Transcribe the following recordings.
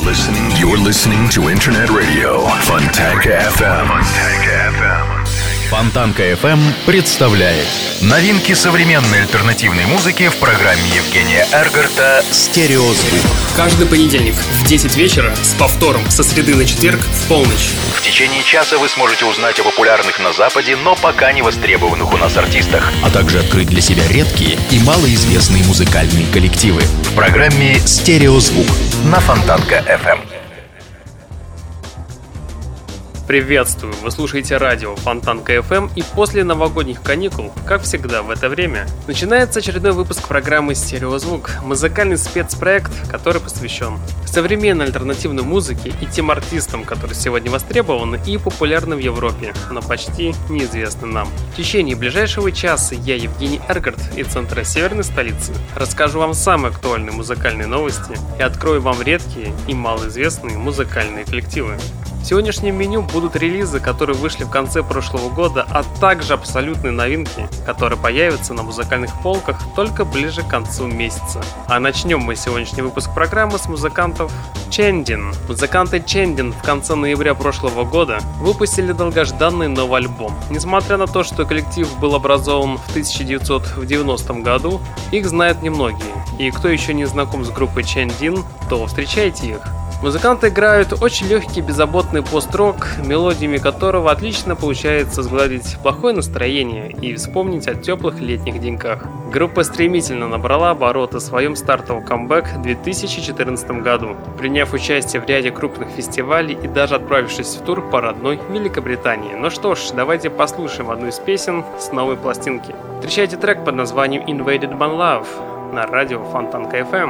You're listening to Internet Radio Fontanka FM. Фонтанка FM представляет новинки современной альтернативной музыки в программе Евгения Эргарта «Стереозвук». Каждый понедельник в 10 вечера с повтором со среды на четверг в полночь. В течение часа вы сможете узнать о популярных на Западе, но пока не востребованных у нас артистах, а также открыть для себя редкие и малоизвестные музыкальные коллективы в программе «Стереозвук» на Фонтанка FM. Приветствую! Вы слушаете радио Фонтанка FM, и после новогодних каникул, как всегда в это время, начинается очередной выпуск программы «Стереозвук», музыкальный спецпроект, который посвящен современной альтернативной музыке и тем артистам, которые сегодня востребованы и популярны в Европе, но почти неизвестны нам. В течение ближайшего часа я, Евгений Эргарт, из центра северной столицы, расскажу вам самые актуальные музыкальные новости и открою вам редкие и малоизвестные музыкальные коллективы. В сегодняшнем меню будут релизы, которые вышли в конце прошлого года, а также абсолютные новинки, которые появятся на музыкальных полках только ближе к концу месяца. А начнем мы сегодняшний выпуск программы с музыкантов Чендин. Музыканты Чендин в конце ноября прошлого года выпустили долгожданный новый альбом. Несмотря на то, что коллектив был образован в 1990 году, их знают немногие. И кто еще не знаком с группой Чендин, то встречайте их. Музыканты играют очень легкий, беззаботный пост-рок, мелодиями которого отлично получается сгладить плохое настроение и вспомнить о теплых летних деньках. Группа стремительно набрала обороты в своем стартовом камбэк в 2014 году, приняв участие в ряде крупных фестивалей и даже отправившись в тур по родной Великобритании. Ну что ж, давайте послушаем одну из песен с новой пластинки. Встречайте трек под названием Invaded by Love на радио Фонтанка FM.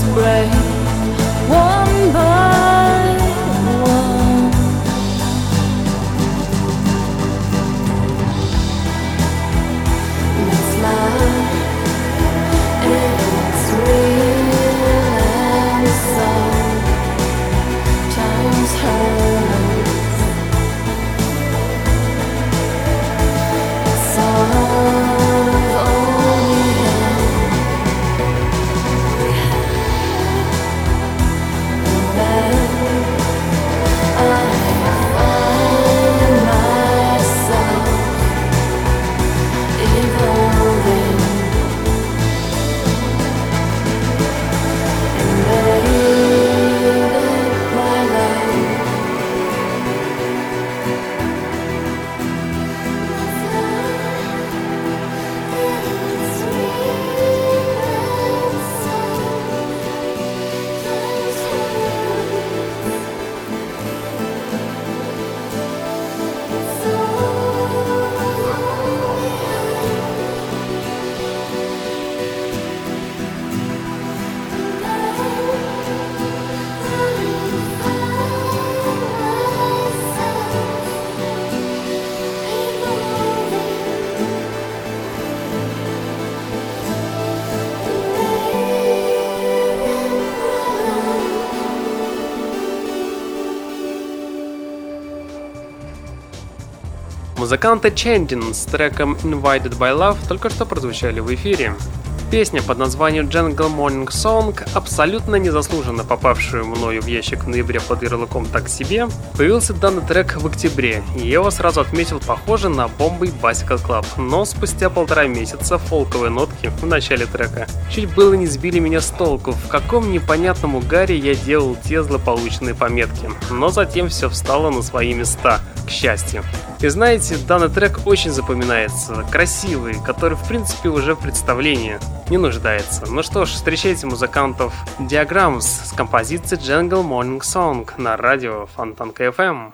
break one by one. This love, it's real and so times hurts. Музыканты Chanting с треком Invited by Love только что прозвучали в эфире. Песня под названием Jungle Morning Song, абсолютно незаслуженно попавшую мною в ящик в ноябре под ярлыком «Так себе», появился данный трек в октябре, и я его сразу отметил похоже на Bombay Bicycle Club, но спустя 1,5 месяца фолковые нотки в начале трека чуть было не сбили меня с толку, в каком непонятном угаре я делал те злополучные пометки, но затем все встало на свои места, к счастью. И знаете, данный трек очень запоминается, красивый, который в принципе уже в представлении не нуждается. Ну что ж, встречайте музыкантов Diagrams с композицией Jungle Morning Song на радио Фонтанка FM.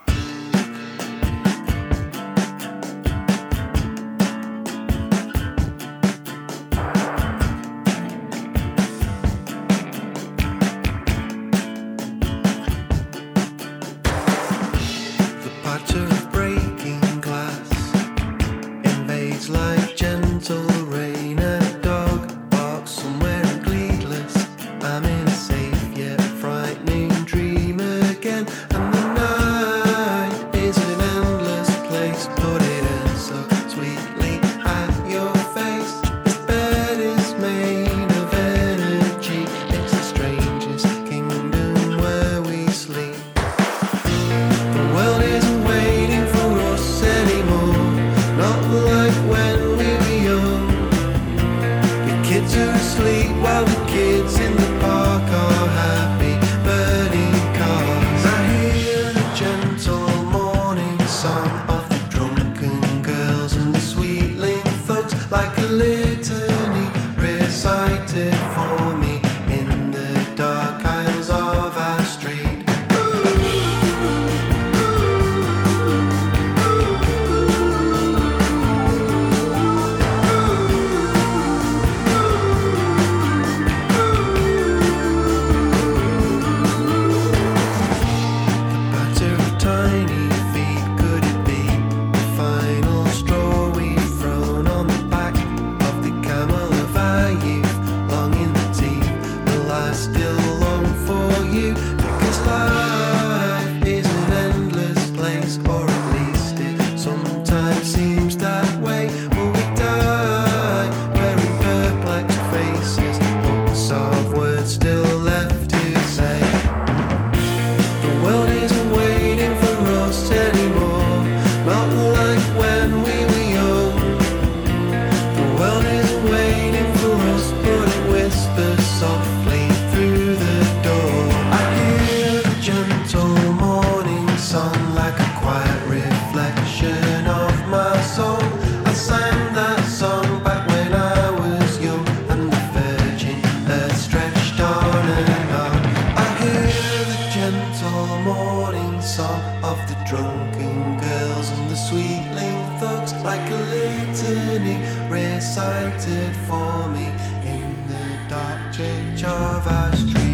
Recited for me in the dark church of our street.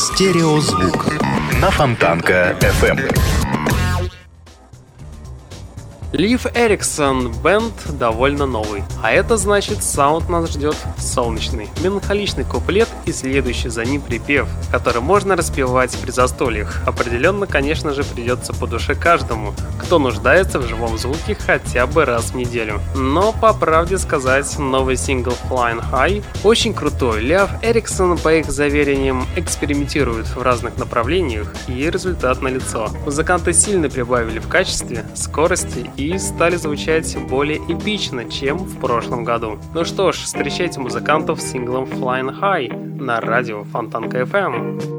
Стереозвук на Фонтанка FM. Лив Эриксон бэнд довольно новый, а это значит, саунд нас ждет солнечный, меланхоличный куплет и следующий за ним припев, который можно распевать при застольях. Определенно, конечно же, придется по душе каждому, кто нуждается в живом звуке хотя бы раз в неделю. Но, по правде сказать, новый сингл Flying High очень крутой. Лив Эриксон, по их заверениям, экспериментирует в разных направлениях, и результат налицо. Музыканты сильно прибавили в качестве, скорости и стали звучать более эпично, чем в прошлом году. Ну что ж, встречайте музыкантов с синглом Flying High на радио Фонтанка FM.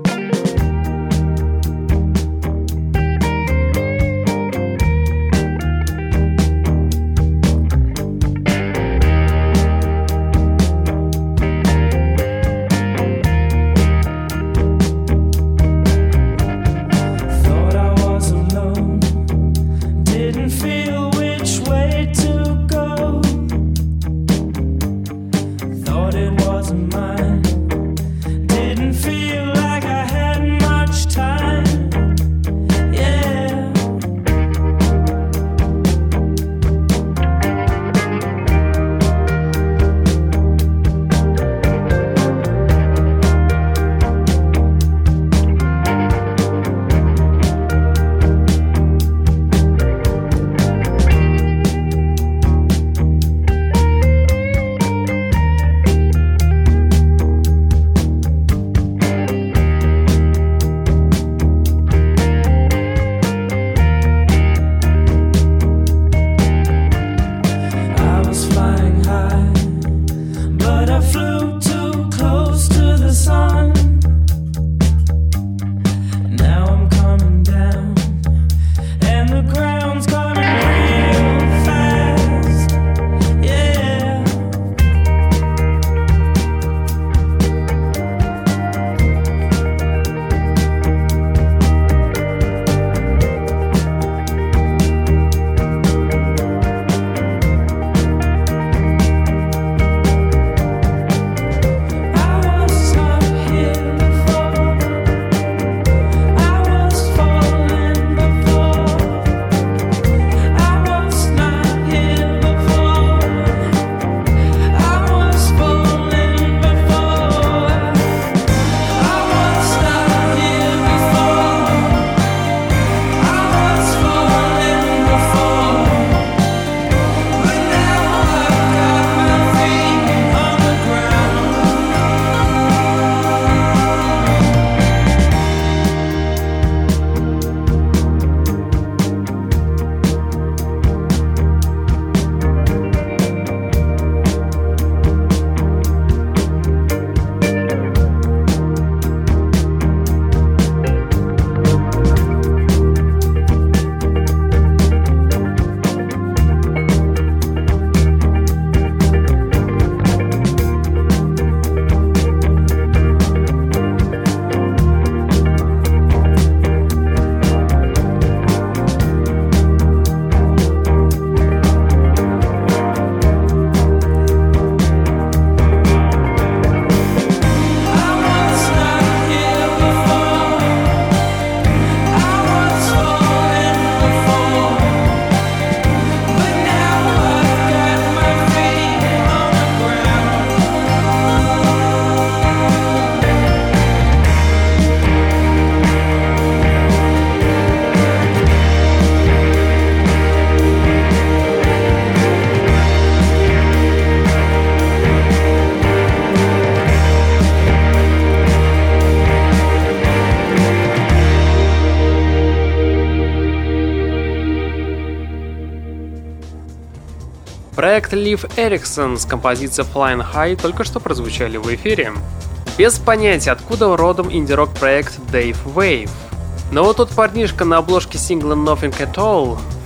Проект Лив Эриксон с композицией Flying High только что прозвучали в эфире. Без понятия, откуда родом инди-рок проект Dave Wave. Но вот тот парнишка на обложке сингла Nothing at All,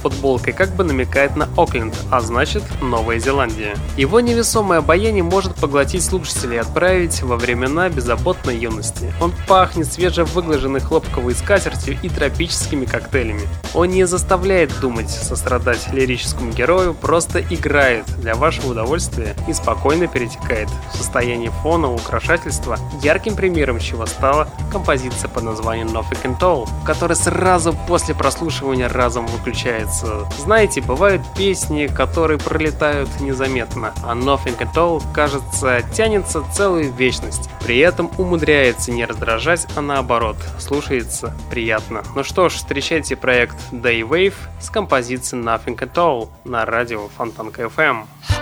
футболкой как бы намекает на Окленд, а значит Новая Зеландия. Его невесомое обаяние может поглотить слушателей и отправить во времена беззаботной юности. Он пахнет свежевыглаженной хлопковой скатертью и тропическими коктейлями. Он не заставляет думать, сострадать лирическому герою, просто играет для вашего удовольствия и спокойно перетекает в состояние фона украшательства, ярким примером чего стала композиция под названием Nothing at All, которая сразу после прослушивания разом выключается. Знаете, бывают песни, которые пролетают незаметно, а Nothing at All, кажется, тянется целую вечность. При этом умудряется не раздражать, а наоборот, слушается приятно. Ну что ж, встречайте проект Daywave с композицией Nothing at All на радио Фонтанка FM.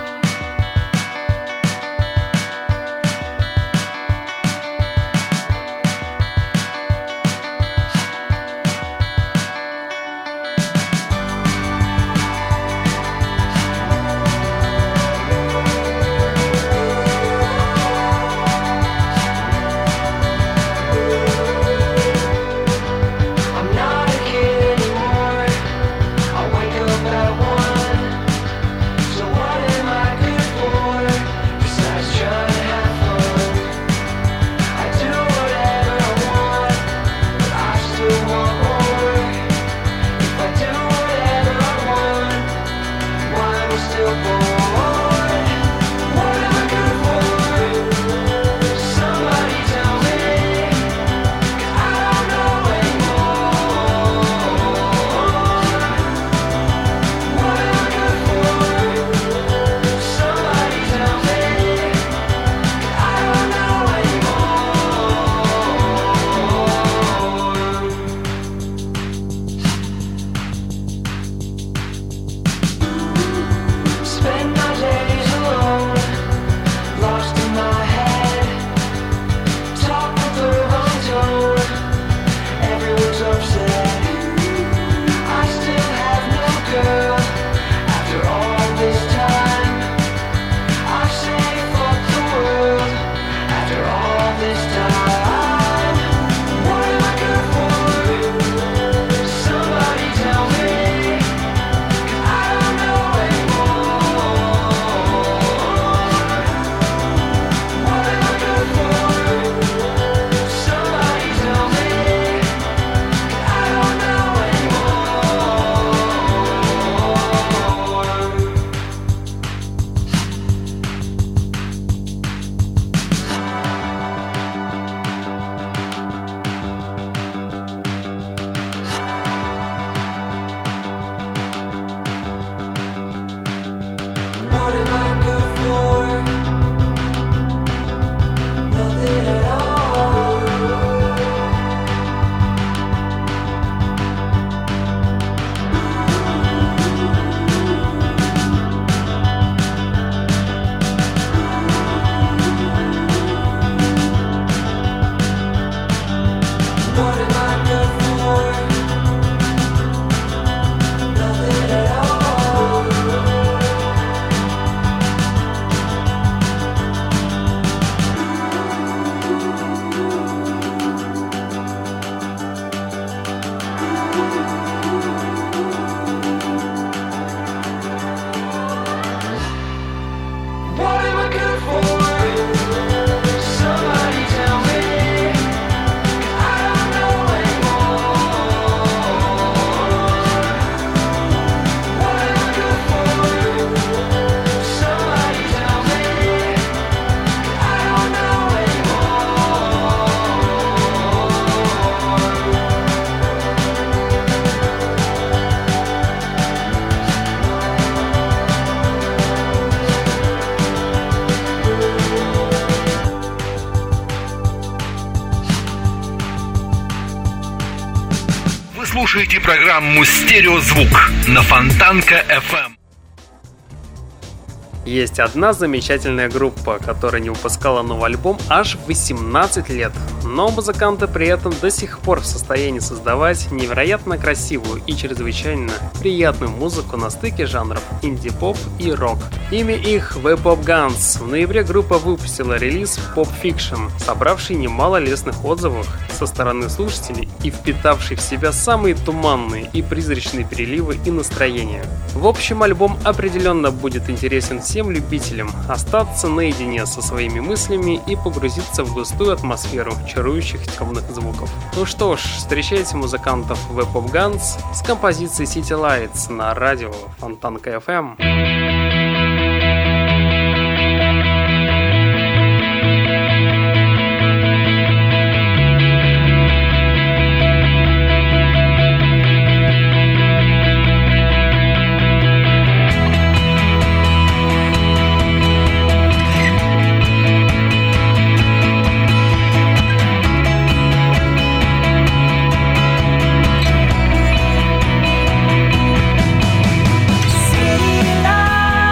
Слушайте программу «Стереозвук» на Фонтанка FM. Есть одна замечательная группа, которая не выпускала новый альбом аж 18 лет, но музыканты при этом до сих пор в состоянии создавать невероятно красивую и чрезвычайно приятную музыку на стыке жанров инди-поп и рок. Имя их The Pop Guns. В ноябре группа выпустила релиз Pop Fiction, собравший немало лестных отзывов со стороны слушателей и впитавший в себя самые туманные и призрачные переливы и настроения. В общем, альбом определенно будет интересен всем любителям остаться наедине со своими мыслями и погрузиться в густую атмосферу чарующих темных звуков. Ну что ж, встречайте музыкантов The Pop Guns с композицией City Lights на радио Фонтанка FM. City lights.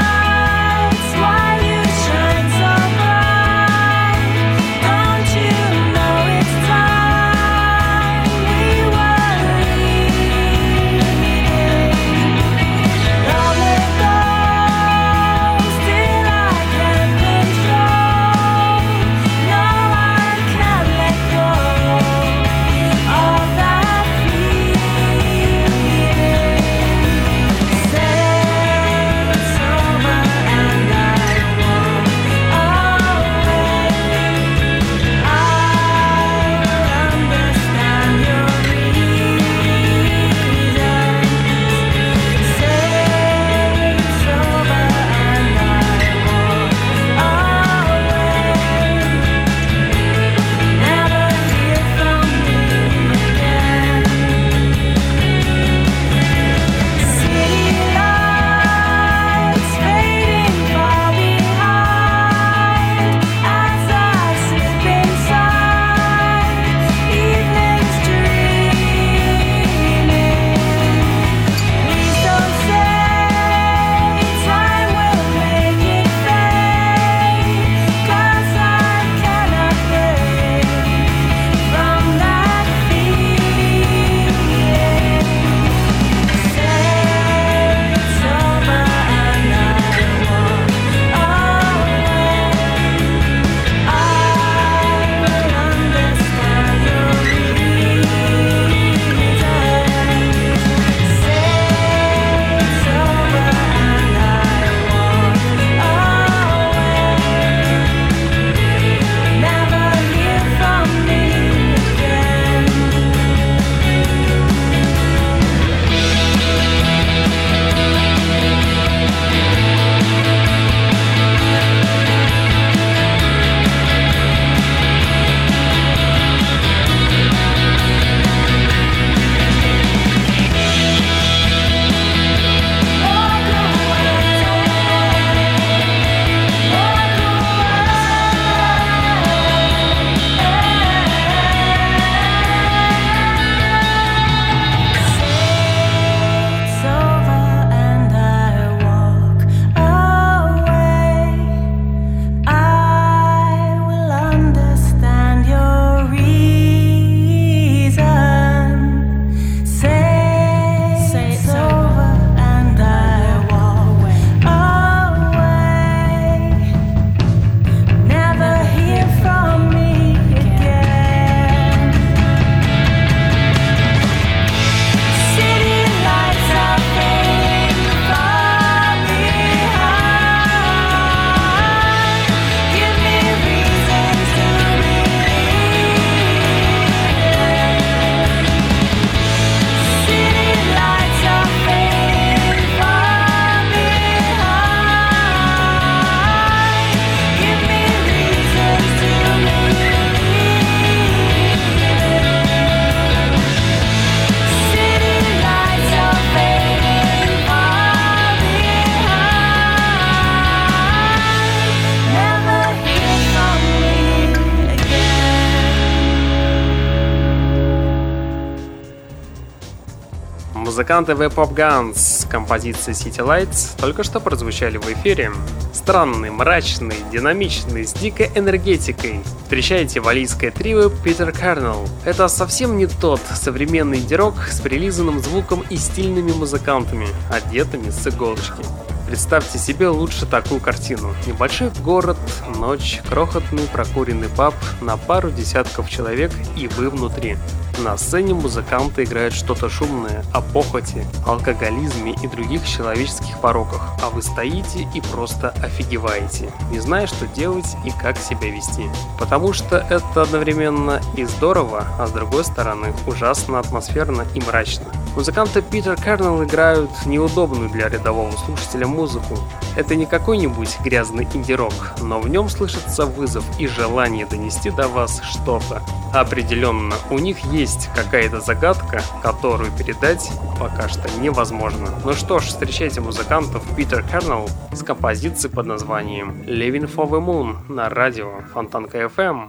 Музыканты The Pop Guns с композицией City Lights только что прозвучали в эфире. Странный, мрачный, динамичный, с дикой энергетикой. Встречайте валлийское трио Peter Kernel. Это совсем не тот современный инди-рок с прилизанным звуком и стильными музыкантами, одетыми с иголочки. Представьте себе лучше такую картину. Небольшой город, ночь, крохотный прокуренный паб на пару десятков человек, и вы внутри. На сцене музыканты играют что-то шумное о похоти, алкоголизме и других человеческих пороках, а вы стоите и просто офигеваете, не зная, что делать и как себя вести. Потому что это одновременно и здорово, а с другой стороны ужасно атмосферно и мрачно. Музыканты Peter Kernel играют неудобную для рядового слушателя музыку. Это не какой-нибудь грязный инди-рок, но в нем слышится вызов и желание донести до вас что-то. Определенно, у них есть какая-то загадка, которую передать пока что невозможно. Ну что ж, встречайте музыкантов Peter Kernel с композицией под названием Living for the Moon на радио Фонтанка FM.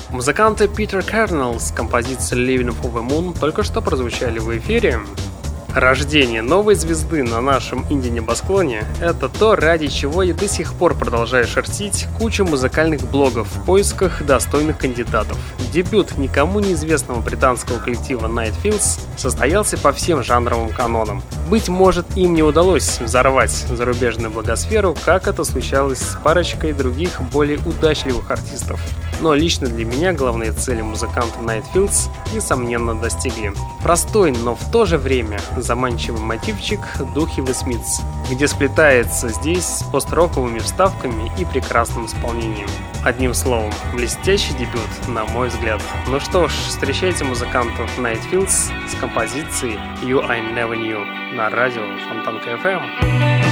Музыканты Питер Кернелл с композицией Living for the Moon только что прозвучали в эфире. Рождение новой звезды на нашем инди-небосклоне – это то, ради чего я до сих пор продолжаю шерстить кучу музыкальных блогов в поисках достойных кандидатов. Дебют никому неизвестного британского коллектива Nightfields состоялся по всем жанровым канонам. Быть может, им не удалось взорвать зарубежную благосферу, как это случалось с парочкой других более удачливых артистов. Но лично для меня главные цели музыканта Nightfields несомненно достигли. Простой, но в то же время заманчивый мотивчик «Духи The Smiths», где сплетается здесь с пост-роковыми вставками и прекрасным исполнением. Одним словом, блестящий дебют, на мой взгляд. Ну что ж, встречайте музыкантов Nightfields с композицией You I Never Knew на радио Фонтанка FM.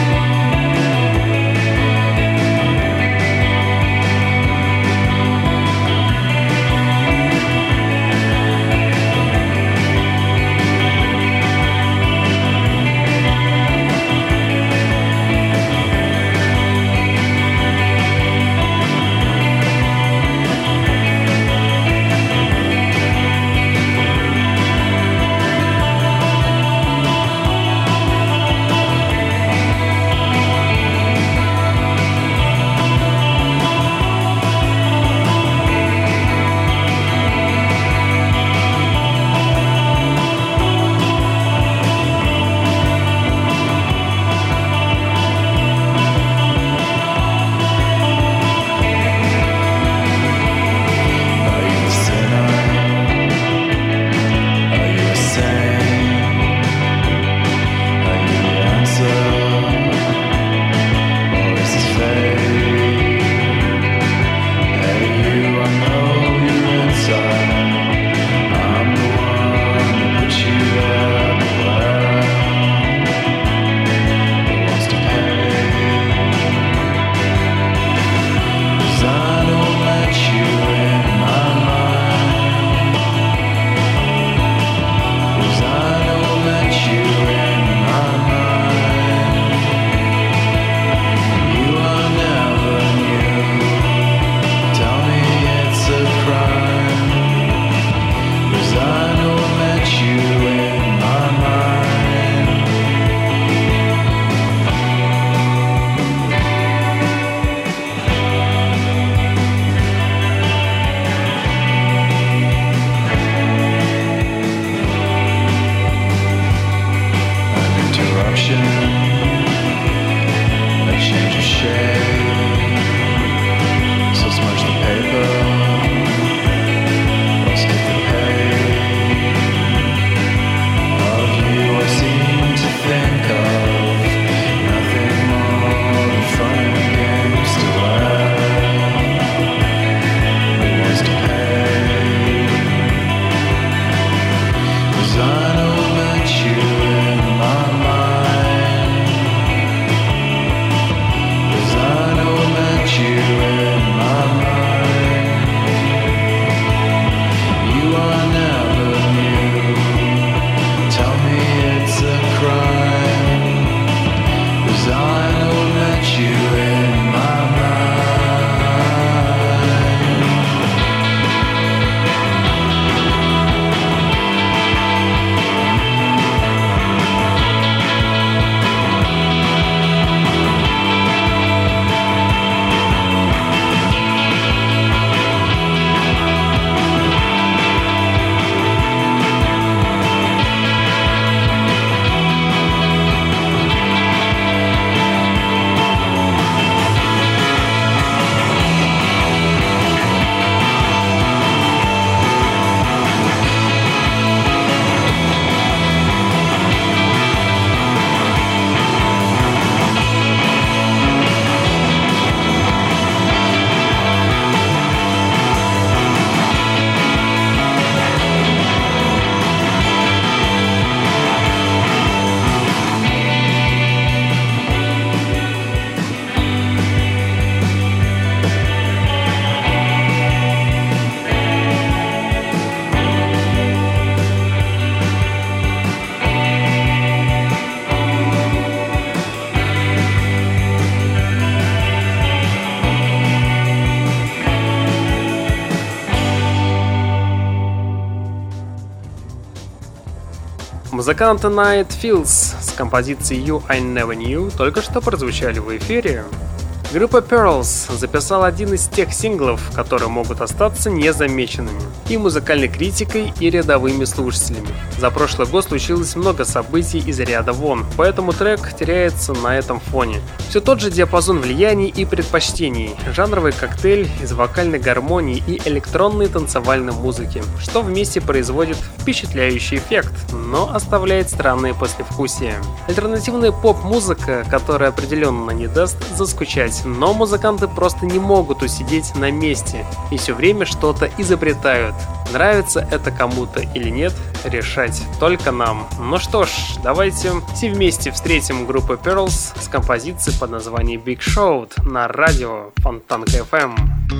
Музыканты Night Fields с композицией You I Never Knew только что прозвучали в эфире. Группа Pearls записала один из тех синглов, которые могут остаться незамеченными и музыкальной критикой, и рядовыми слушателями. За прошлый год случилось много событий из ряда вон, поэтому трек теряется на этом фоне. Все тот же диапазон влияний и предпочтений, жанровый коктейль из вокальной гармонии и электронной танцевальной музыки, что вместе производит впечатляющий эффект, но оставляет странные послевкусия. Альтернативная поп-музыка, которая определенно не даст заскучать, но музыканты просто не могут усидеть на месте и все время что-то изобретают. Нравится это кому-то или нет, решать только нам. Ну что ж, давайте все вместе встретим группу Pearls с композицией под названием Big Show на радио Фонтанка FM.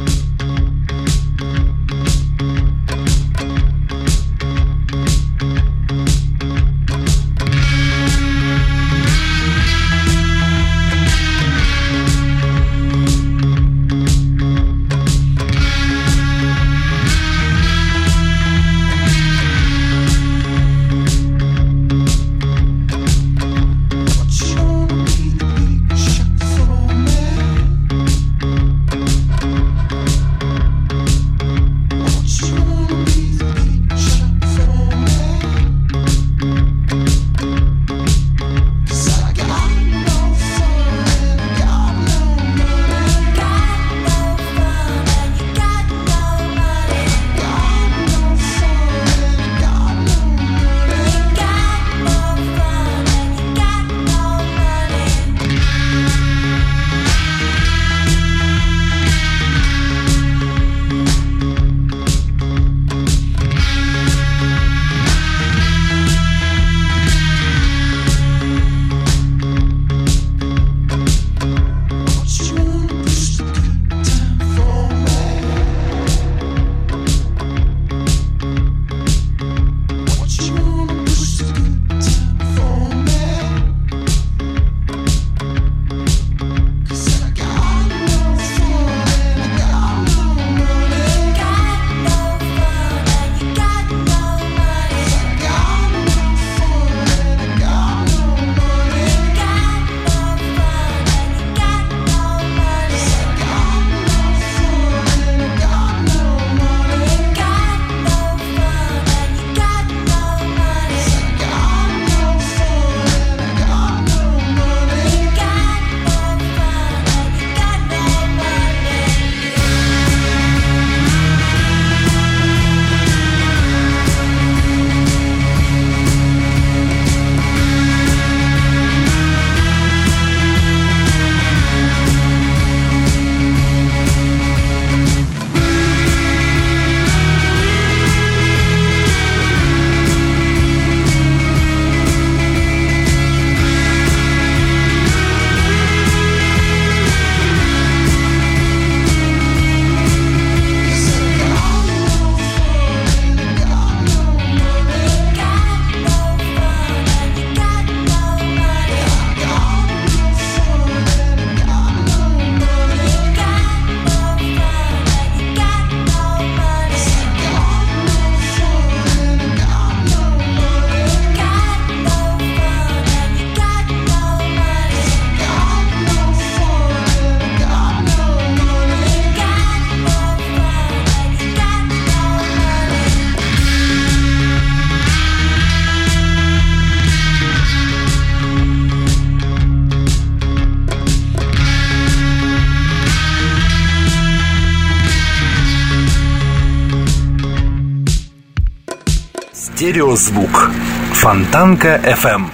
Стереозвук. Фонтанка FM.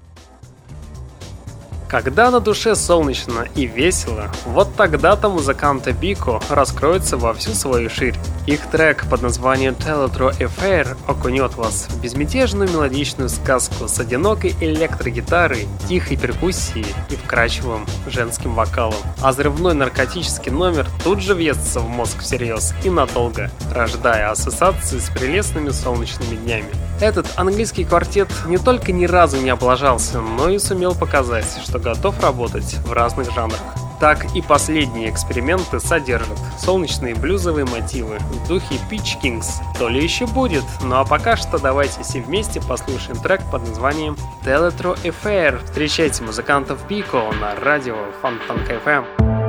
Когда на душе солнечно и весело, вот тогда-то музыканты Бико раскроются во всю свою ширь. Их трек под названием Teletro Affair окунет вас в безмятежную мелодичную сказку с одинокой электрогитарой, тихой перкуссией и вкрадчивым женским вокалом. А взрывной наркотический номер тут же въестся в мозг всерьез и надолго, рождая ассоциации с прелестными солнечными днями. Этот английский квартет не только ни разу не облажался, но и сумел показать, что готов работать в разных жанрах. так и последние эксперименты содержат солнечные блюзовые мотивы в духе Peach Kings. То ли еще будет, ну а пока что давайте все вместе послушаем трек под названием Teletro Affair. Встречайте музыкантов Бико на радио Фонтанка FM.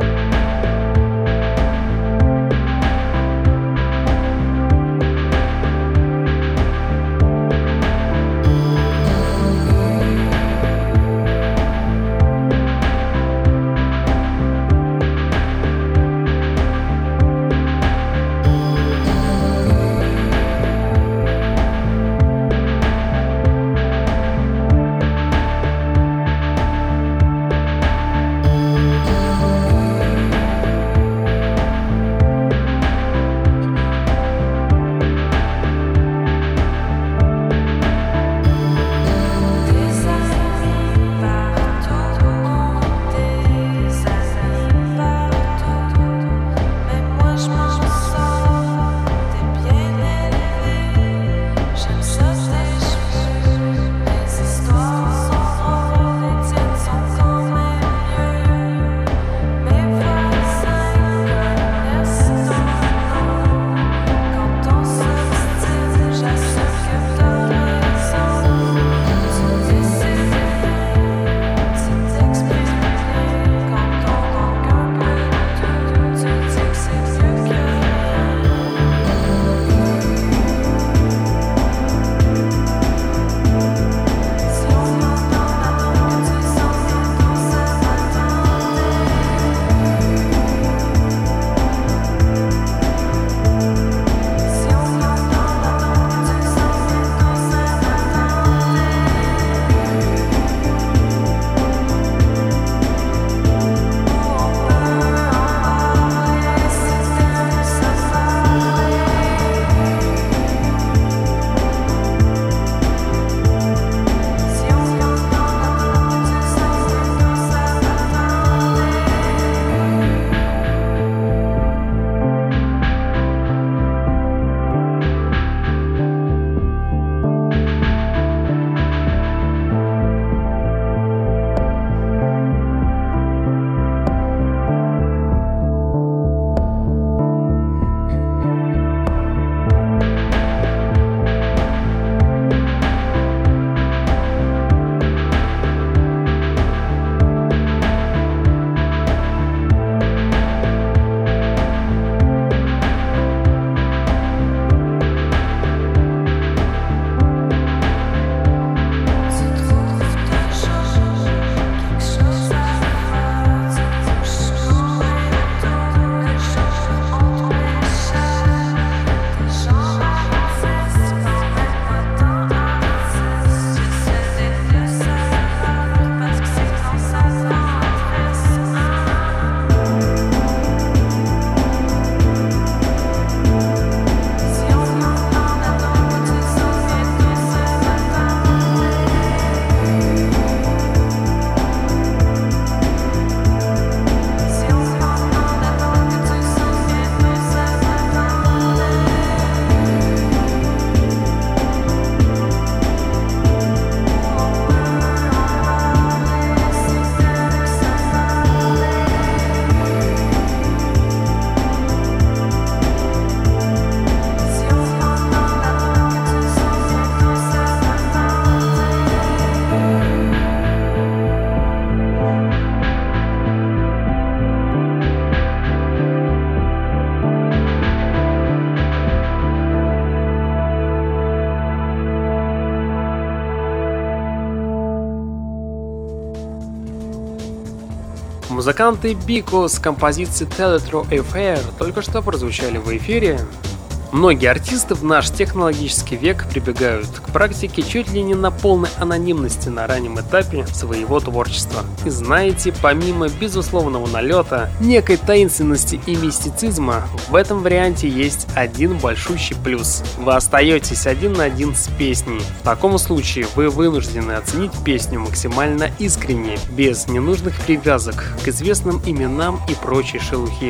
Музыканты Бико с композицией Teletro Affair только что прозвучали в эфире. Многие артисты в наш технологический век прибегают к практике чуть ли не на полной анонимности на раннем этапе своего творчества. И знаете, помимо безусловного налета, некой таинственности и мистицизма, в этом варианте есть один большущий плюс. Вы остаетесь один на один с песней. В таком случае вы вынуждены оценить песню максимально искренне, без ненужных привязок к известным именам и прочей шелухи.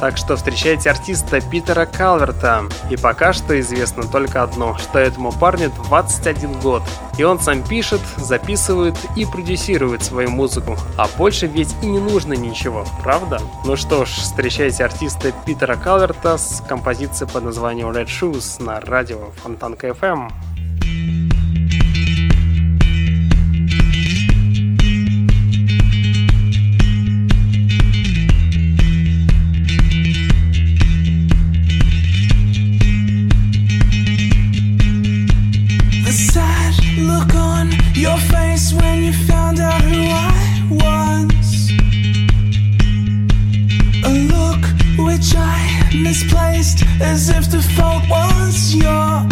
Так что встречайте артиста Питера Калверта. И пока что известно только одно, что этому парню 21 год. И он сам пишет, записывает и продюсирует свою музыку. А больше ведь и не нужно ничего, правда? Ну что ж, встречайте артиста Питера Калверта с композицией под названием Red Shoes на радио Фонтанка FM. Your face when you found out who I was, a look which I misplaced as if the fault was yours.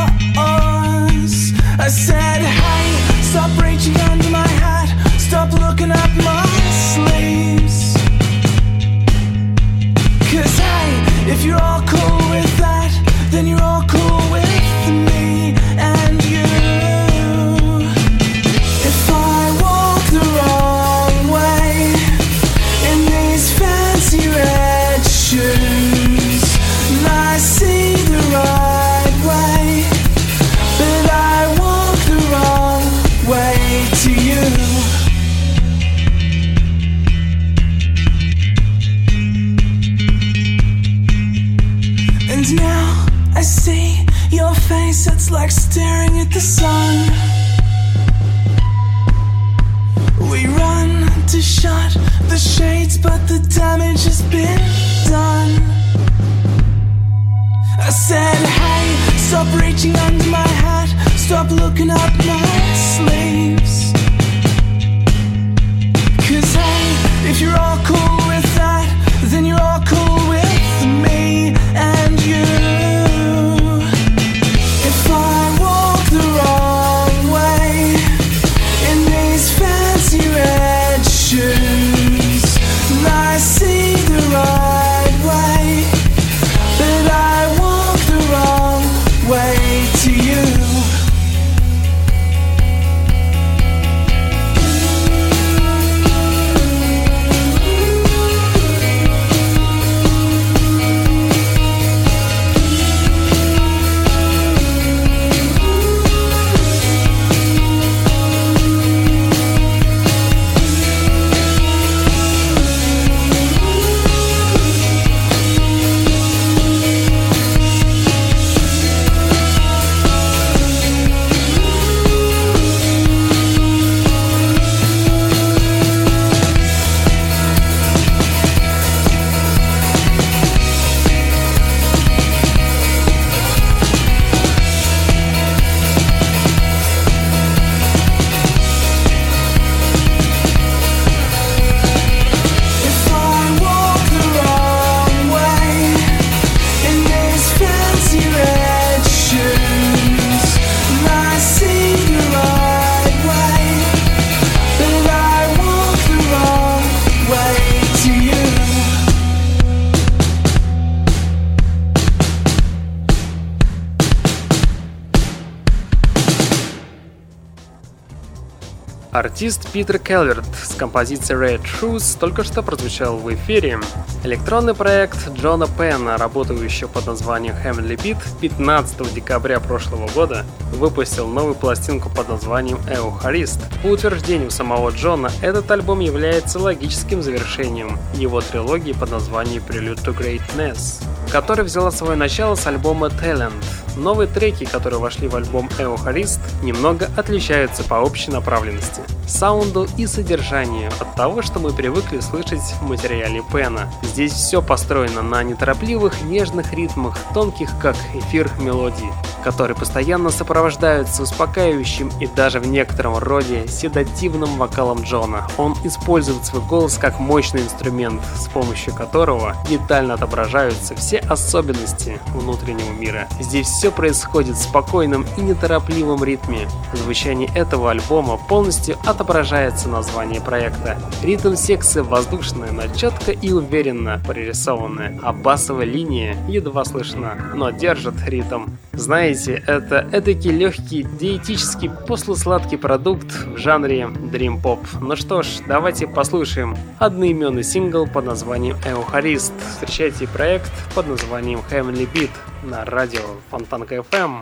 I said, hey, stop reaching under my hat, stop looking up my sleeves. Cause hey, if you're all cool with that, then you're all cool with me and you. The wrong way in these fancy red shoes, and I see the right way, but I walk the wrong way to you. And now I see your face, it's like staring at the sun. We run to shut the shades, but the damage has been done. I said, hey, stop reaching under my hat, stop looking up my sleeves. Cause hey, if you're all cool with that, then you're all cool with me and you. If I walk the wrong way in these fancy red shoes, and I see the right way, but I walk the wrong way to you. Артист Питер Калверт с композицией Red Shoes только что прозвучал в эфире. Электронный проект Джона Пенна, работающий под названием Heavenly Beat, 15 декабря прошлого года выпустил новую пластинку под названием Eucharist. По утверждению самого Джона, этот альбом является логическим завершением его трилогии под названием Prelude to Greatness, которая взяла свое начало с альбома Talent. Новые треки, которые вошли в альбом Eucharist, немного отличаются по общей направленности, саунду и содержанию от того, что мы привыкли слышать в материале Пена. Здесь все построено на неторопливых, нежных ритмах, тонких как эфир мелодий, которые постоянно сопровождаются успокаивающим и даже в некотором роде седативным вокалом Джона. Он использует свой голос как мощный инструмент, с помощью которого детально отображаются все особенности внутреннего мира. Здесь все происходит в спокойном и неторопливом ритме. В звучании этого альбома полностью отображается название проекта. Ритм секции воздушная, но четко и уверенно прорисованная, а басовая линия едва слышна, но держит ритм. Знаете, это эдакий легкий, диетический, послесладкий продукт в жанре Dream Pop. Ну что ж, давайте послушаем одноименный сингл под названием Eucharist. Встречайте проект под названием Heavenly Beat на радио Фонтанка FM.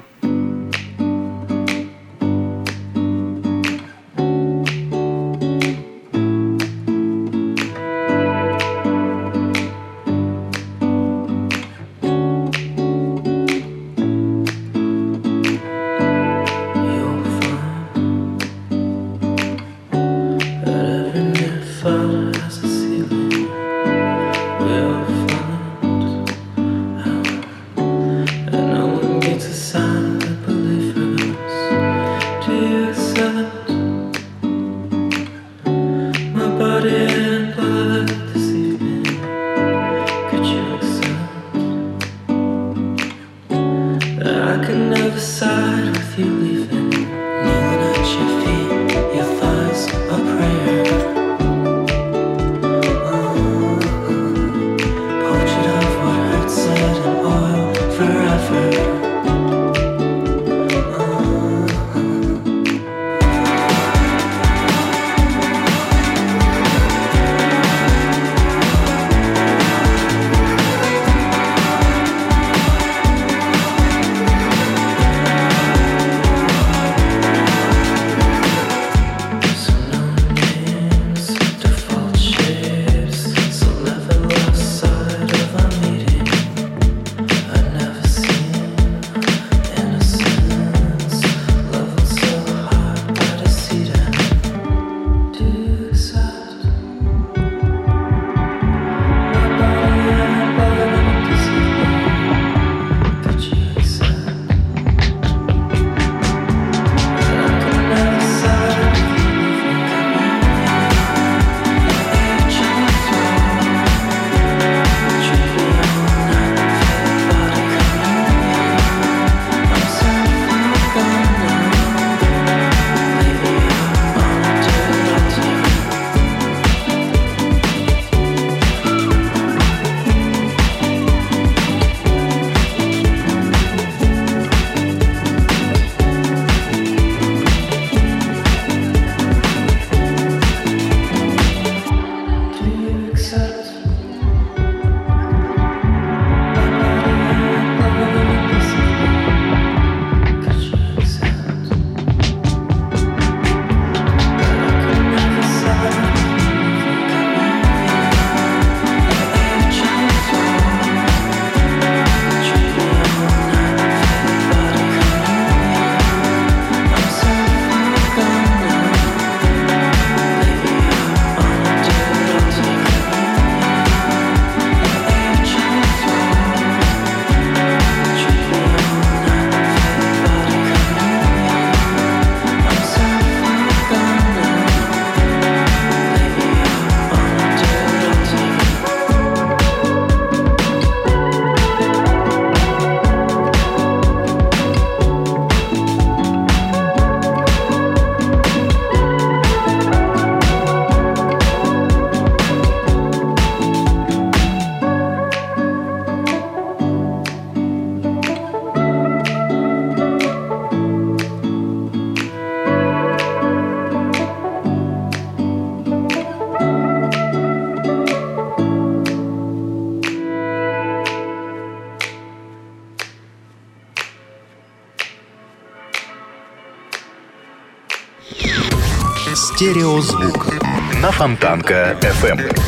Стереозвук на Фонтанка FM.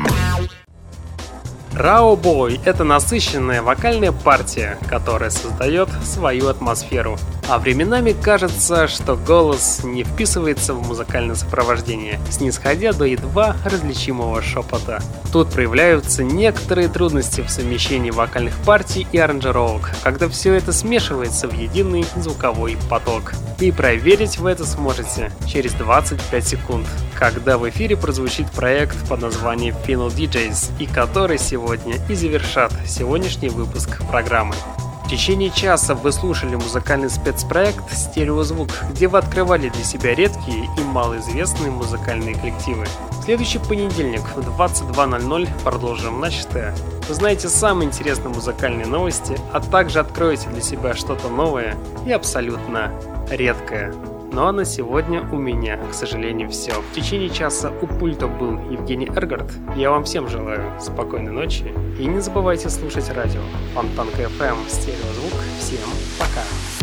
Rao Boy — это насыщенная вокальная партия, которая создает свою атмосферу. А временами кажется, что голос не вписывается в музыкальное сопровождение, снисходя до едва различимого шепота. Тут проявляются некоторые трудности в совмещении вокальных партий и аранжировок, когда все это смешивается в единый звуковой поток. И проверить вы это сможете через 25 секунд, когда в эфире прозвучит проект под названием Final DJs, и который сегодня и завершат сегодняшний выпуск программы. В течение часа вы слушали музыкальный спецпроект «Стереозвук», где вы открывали для себя редкие и малоизвестные музыкальные коллективы. В следующий понедельник в 22:00 продолжим начатое. Узнаете самые интересные музыкальные новости, а также откроете для себя что-то новое и абсолютно редкое. Ну а на сегодня у меня, к сожалению, все. В течение часа у пульта был Евгений Эргард. Я вам всем желаю спокойной ночи. И не забывайте слушать радио Фонтанка FM, Стереозвук. Всем пока.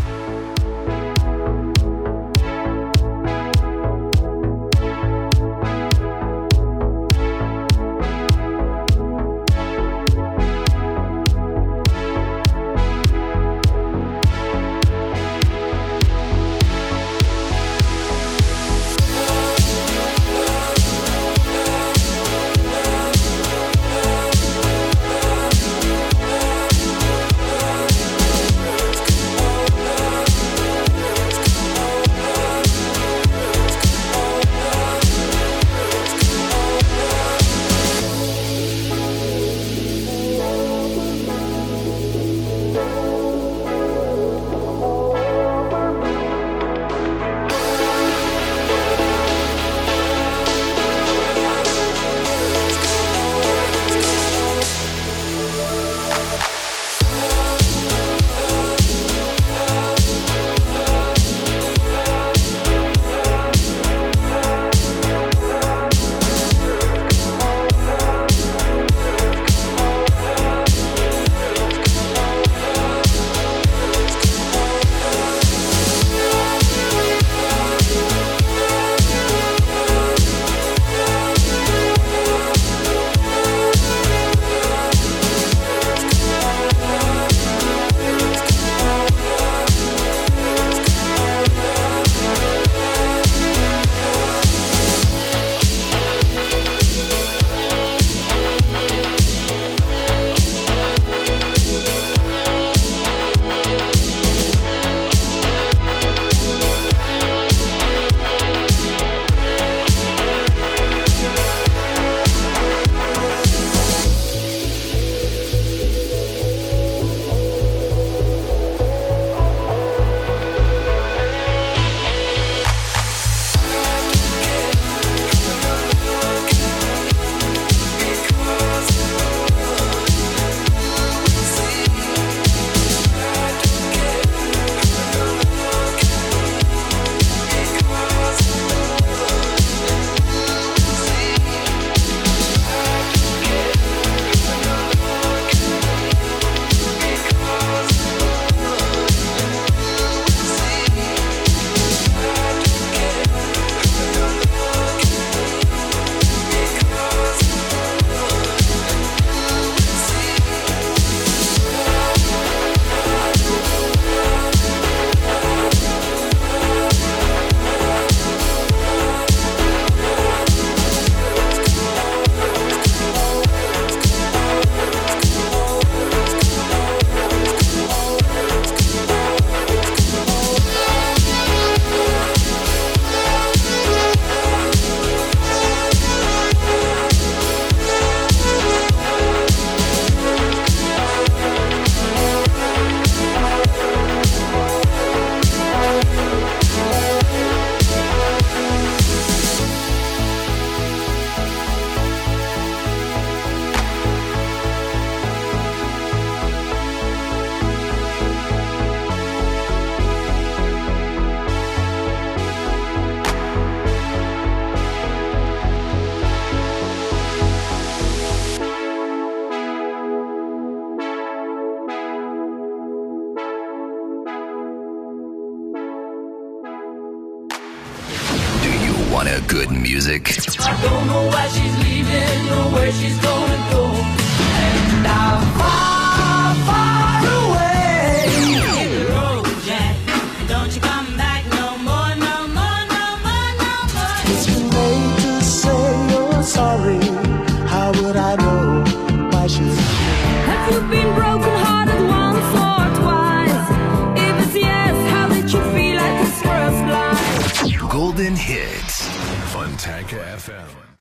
Want a good music? I don't know why she's leaving or where she's gonna go. And I'm far, far away. Hit the road, Jack. Don't you come back no more, no more, no more, no more. It's too late to say you're sorry. How would I know? Why should I? Have you been broken hearted once or twice? If it's yes, how did you feel at this first line? Golden Hits. Fontanka FM.